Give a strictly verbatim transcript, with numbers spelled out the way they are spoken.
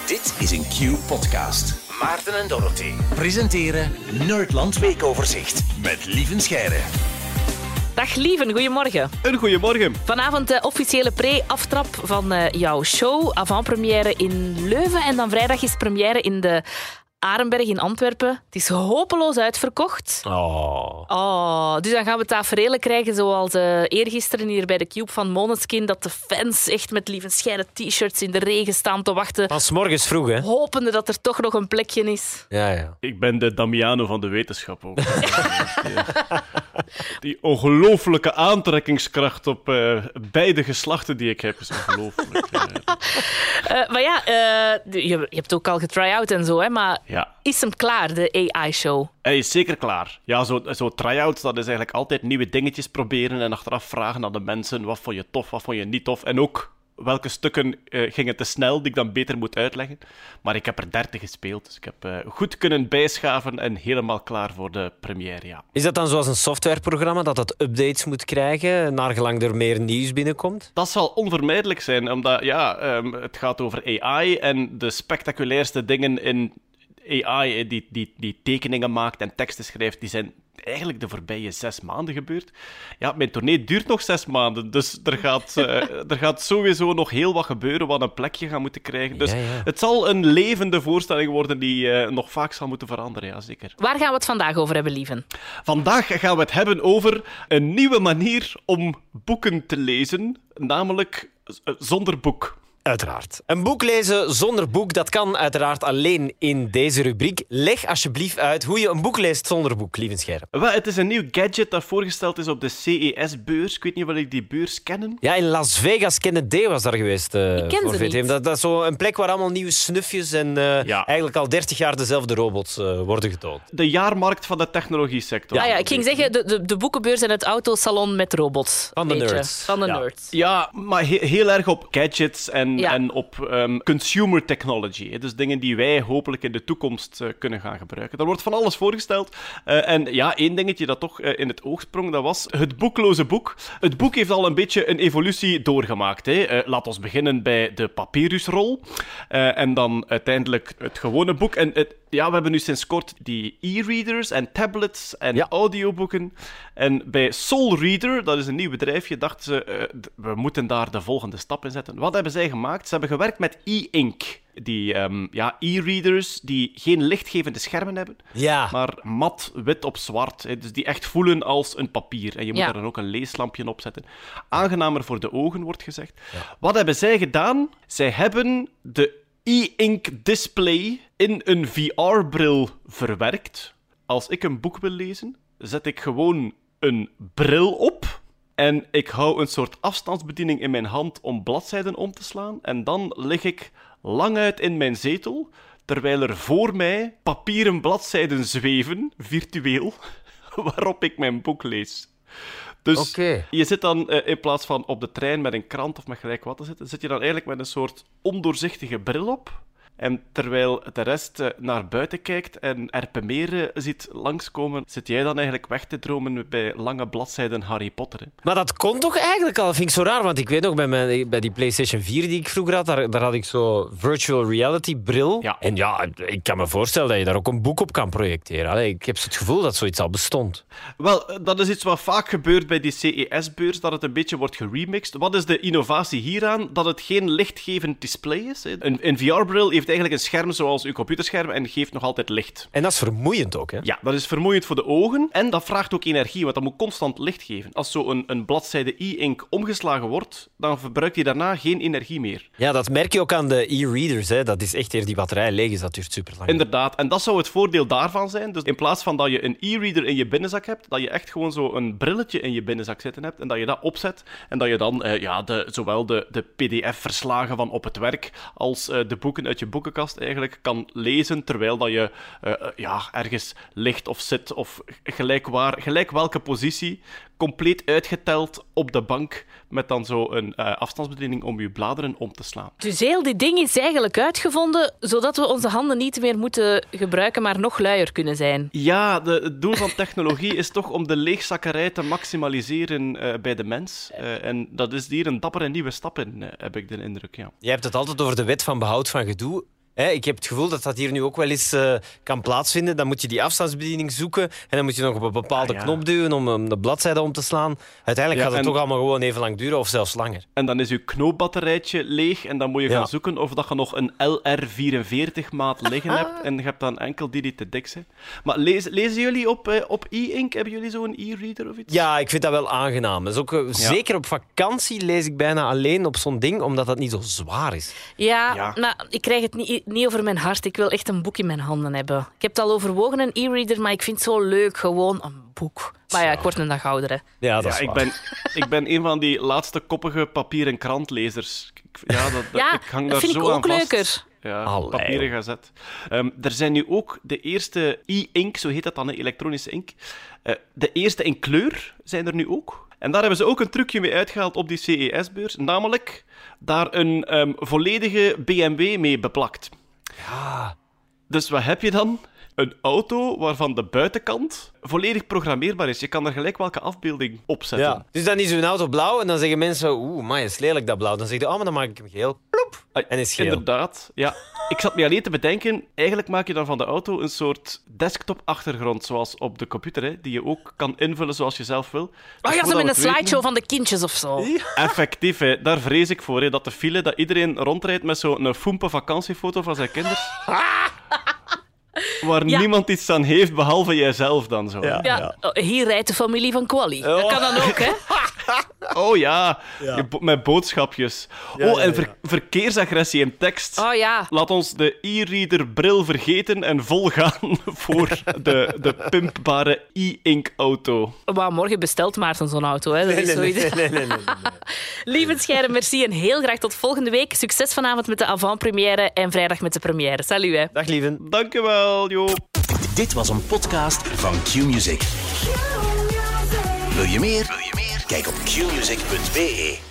Dit is een Q-podcast. Maarten en Dorothy presenteren Nerdland Weekoverzicht met Lieven Scheire. Dag Lieven, goedemorgen. Een goedemorgen. Vanavond de officiële pre-aftrap van uh, jouw show. Avant-première in Leuven en dan vrijdag is première in de Arenberg in Antwerpen. Het is hopeloos uitverkocht. Oh. Oh, dus dan gaan we taferelen krijgen zoals uh, eergisteren hier bij de Cube van Måneskin, dat de fans echt met Lieven Scheire t-shirts in de regen staan te wachten. Van 's morgens vroeg, hè? Hopende dat er toch nog een plekje is. Ja, ja. Ik ben de Damiano van de wetenschap ook. Die ongelooflijke aantrekkingskracht op uh, beide geslachten die ik heb is ongelooflijk. uh. uh, maar ja, uh, je, je hebt ook al getry-out en zo, hè, maar Ja. is hem klaar, de A I-show? Hij is zeker klaar. Ja, zo, zo try-outs, dat is eigenlijk altijd nieuwe dingetjes proberen en achteraf vragen aan de mensen wat vond je tof, wat vond je niet tof. En ook welke stukken uh, gingen te snel die ik dan beter moet uitleggen. Maar ik heb er dertig gespeeld, dus ik heb uh, goed kunnen bijschaven en helemaal klaar voor de première, ja. Is dat dan zoals een softwareprogramma dat dat updates moet krijgen, naargelang er meer nieuws binnenkomt? Dat zal onvermijdelijk zijn, omdat ja, um, het gaat over A I en de spectaculairste dingen in A I die, die, die tekeningen maakt en teksten schrijft, die zijn eigenlijk de voorbije zes maanden gebeurd. Ja, mijn tournee duurt nog zes maanden, dus er gaat, uh, er gaat sowieso nog heel wat gebeuren wat een plekje gaat moeten krijgen. Dus Ja, ja. het zal een levende voorstelling worden die uh, nog vaak zal moeten veranderen, ja, zeker. Waar gaan we het vandaag over hebben, Lieven? Vandaag gaan we het hebben over een nieuwe manier om boeken te lezen, namelijk uh, zonder boek. Uiteraard. Een boek lezen zonder boek, dat kan uiteraard alleen in deze rubriek. Leg alsjeblieft uit hoe je een boek leest zonder boek, Lieven Scheire. Wel, het is een nieuw gadget dat voorgesteld is op de C E S-beurs. Ik weet niet of jullie die beurs kennen. Ja, in Las Vegas, Kennedy was daar geweest. Uh, Ik ken voor ze V T M. niet. Dat, dat is zo een plek waar allemaal nieuwe snufjes en uh, Ja. eigenlijk al dertig jaar dezelfde robots uh, worden getoond. De jaarmarkt van de technologie-sector. Ah ja, ik ging zeggen, de, de, de boekenbeurs en het autosalon met robots. Van de Weet je. nerds. Van de Ja. nerds. Ja, maar he- heel erg op gadgets en, Ja. en op um, consumer technology. Hè. Dus dingen die wij hopelijk in de toekomst uh, kunnen gaan gebruiken. Daar wordt van alles voorgesteld. Uh, en ja, één dingetje dat toch uh, in het oog sprong, dat was het boekloze boek. Het boek heeft al een beetje een evolutie doorgemaakt. Hè. Uh, laat ons beginnen bij de papyrusrol. Uh, en dan uiteindelijk het gewone boek. En het, ja, we hebben nu sinds kort die e-readers en tablets en Ja. audioboeken. En bij Soul Reader, dat is een nieuw bedrijfje, dachten ze, uh, d- we moeten daar de volgende stap in zetten. Wat hebben zij gemaakt? Ze hebben gewerkt met e-ink. Die um, ja, e-readers die geen lichtgevende schermen hebben, Ja. maar mat, wit op zwart. Hè, dus die echt voelen als een papier. En je moet Ja. daar dan ook een leeslampje op zetten. Aangenamer voor de ogen, wordt gezegd. Wat hebben zij gedaan? Zij hebben de e-ink display in een V R-bril verwerkt. Als ik een boek wil lezen, zet ik gewoon een bril op en ik hou een soort afstandsbediening in mijn hand om bladzijden om te slaan. En dan lig ik lang uit in mijn zetel, terwijl er voor mij papieren bladzijden zweven, virtueel, waarop ik mijn boek lees. Dus Oké. je zit dan uh, in plaats van op de trein met een krant of met gelijk wat te zitten, zit je dan eigenlijk met een soort ondoorzichtige bril op. En terwijl de rest uh, naar buiten kijkt en erpemeren ziet langskomen, zit jij dan eigenlijk weg te dromen bij lange bladzijden Harry Potter. Hè? Maar dat kon toch eigenlijk al? Dat vind ik zo raar, want ik weet nog, bij, mijn, bij die PlayStation vier die ik vroeger had, daar, daar had ik zo virtual reality bril. Ja. En ja, ik kan me voorstellen dat je daar ook een boek op kan projecteren. Allee, ik heb zo het gevoel dat zoiets al bestond. Wel, uh, dat is iets wat vaak gebeurt bij die C E S-beurs, dat het een beetje wordt geremixed. Wat is de innovatie hieraan? Dat het geen lichtgevend display is. Hè? Een, een V R-bril heeft eigenlijk een scherm zoals uw computerscherm en geeft nog altijd licht. En dat is vermoeiend ook, hè? Ja, dat is vermoeiend voor de ogen en dat vraagt ook energie, want dat moet constant licht geven. Als zo een, een bladzijde e-ink omgeslagen wordt, dan verbruikt hij daarna geen energie meer. Ja, dat merk je ook aan de e-readers. Hè. Dat is echt eer die batterij leeg is, dat duurt super lang. Inderdaad, en dat zou het voordeel daarvan zijn. Dus in plaats van dat je een e-reader in je binnenzak hebt, dat je echt gewoon zo een brilletje in je binnenzak zitten hebt en dat je dat opzet en dat je dan uh, ja, de, zowel de, de P D F-verslagen van op het werk als uh, de boeken uit je boekenkast eigenlijk kan lezen, terwijl dat je uh, ja, ergens ligt of zit of gelijk, waar, gelijk welke positie, compleet uitgeteld op de bank met dan zo een uh, afstandsbediening om je bladeren om te slaan. Dus heel dit ding is eigenlijk uitgevonden zodat we onze handen niet meer moeten gebruiken, maar nog luier kunnen zijn. Ja, de, het doel van technologie is toch om de leegzakkerij te maximaliseren uh, bij de mens. Uh, en dat is hier een dappere nieuwe stap in, uh, heb ik de indruk, ja. Je hebt het altijd over de wet van behoud van gedoe. Hè, ik heb het gevoel dat dat hier nu ook wel eens uh, kan plaatsvinden. Dan moet je die afstandsbediening zoeken en dan moet je nog op een bepaalde ah, ja. knop duwen om um, de bladzijde om te slaan. Uiteindelijk ja, gaat het en... toch allemaal gewoon even lang duren of zelfs langer. En dan is je knoopbatterijtje leeg en dan moet je ja. gaan zoeken of dat je nog een L R vierenveertig maat liggen hebt en je hebt dan enkel die die te dik zijn. Maar lees, lezen jullie op, uh, op e-ink? Hebben jullie zo'n e-reader of iets? Ja, ik vind dat wel aangenaam. Dus ook, uh, ja. Zeker op vakantie lees ik bijna alleen op zo'n ding, omdat dat niet zo zwaar is. Ja, ja. Maar ik krijg het niet, niet over mijn hart. Ik wil echt een boek in mijn handen hebben. Ik heb het al overwogen, een e-reader, maar ik vind het zo leuk. Gewoon een boek. Maar ja, ik word een dag ouder, hè. Ja, dat ja, is ik ben, ik ben een van die laatste koppige papier- en krantlezers. Ja, dat, dat, ja, ik hang dat daar vind zo ik ook aan vast. leuker. Ja, Allee. papieren gazet. Um, er zijn nu ook de eerste e-ink, zo heet dat dan, elektronische ink. Uh, de eerste in kleur zijn er nu ook. En daar hebben ze ook een trucje mee uitgehaald op die C E S-beurs. Namelijk daar een um, volledige B M W mee beplakt. Ja. Dus wat heb je dan? Een auto waarvan de buitenkant volledig programmeerbaar is. Je kan er gelijk welke afbeelding op zetten. Ja. Dus dan is uw auto blauw en dan zeggen mensen... Oeh, maar is lelijk dat blauw. Dan zeg je, oh, maar dan maak ik hem geel. Ploep. En is geel. Inderdaad, ja. Ik zat me alleen te bedenken, eigenlijk maak je dan van de auto een soort desktop-achtergrond, zoals op de computer, hè, die je ook kan invullen zoals je zelf wil. Dus oh ja, zo met een slideshow weten, van de kindjes of zo. Ja. Effectief, hè. Daar vrees ik voor, hè, dat de file, dat iedereen rondrijdt met zo'n foempe vakantiefoto van zijn kinderen. Waar ja. niemand iets aan heeft, behalve jijzelf dan zo. Ja, ja. Hier rijdt de familie van Quali. Oh. Dat kan dan ook, hè? Oh ja, ja. Met boodschapjes. Ja, oh, en ver- verkeersagressie in tekst. Oh ja. Laat ons de e-reader bril vergeten en volgaan voor de, de pimpbare e-ink auto. Maar morgen bestelt Maarten zo'n auto, hè? Dat nee, is nee, zoiets. nee, nee, nee, nee, nee. Lieve Scheire, merci en heel graag tot volgende week. Succes vanavond met de avant-première en vrijdag met de première. Salut, hè. Dag, lieven. Dank je wel, joh. Dit was een podcast van Q-Music. Wil je meer? Wil je meer? Kijk op q music punt b e.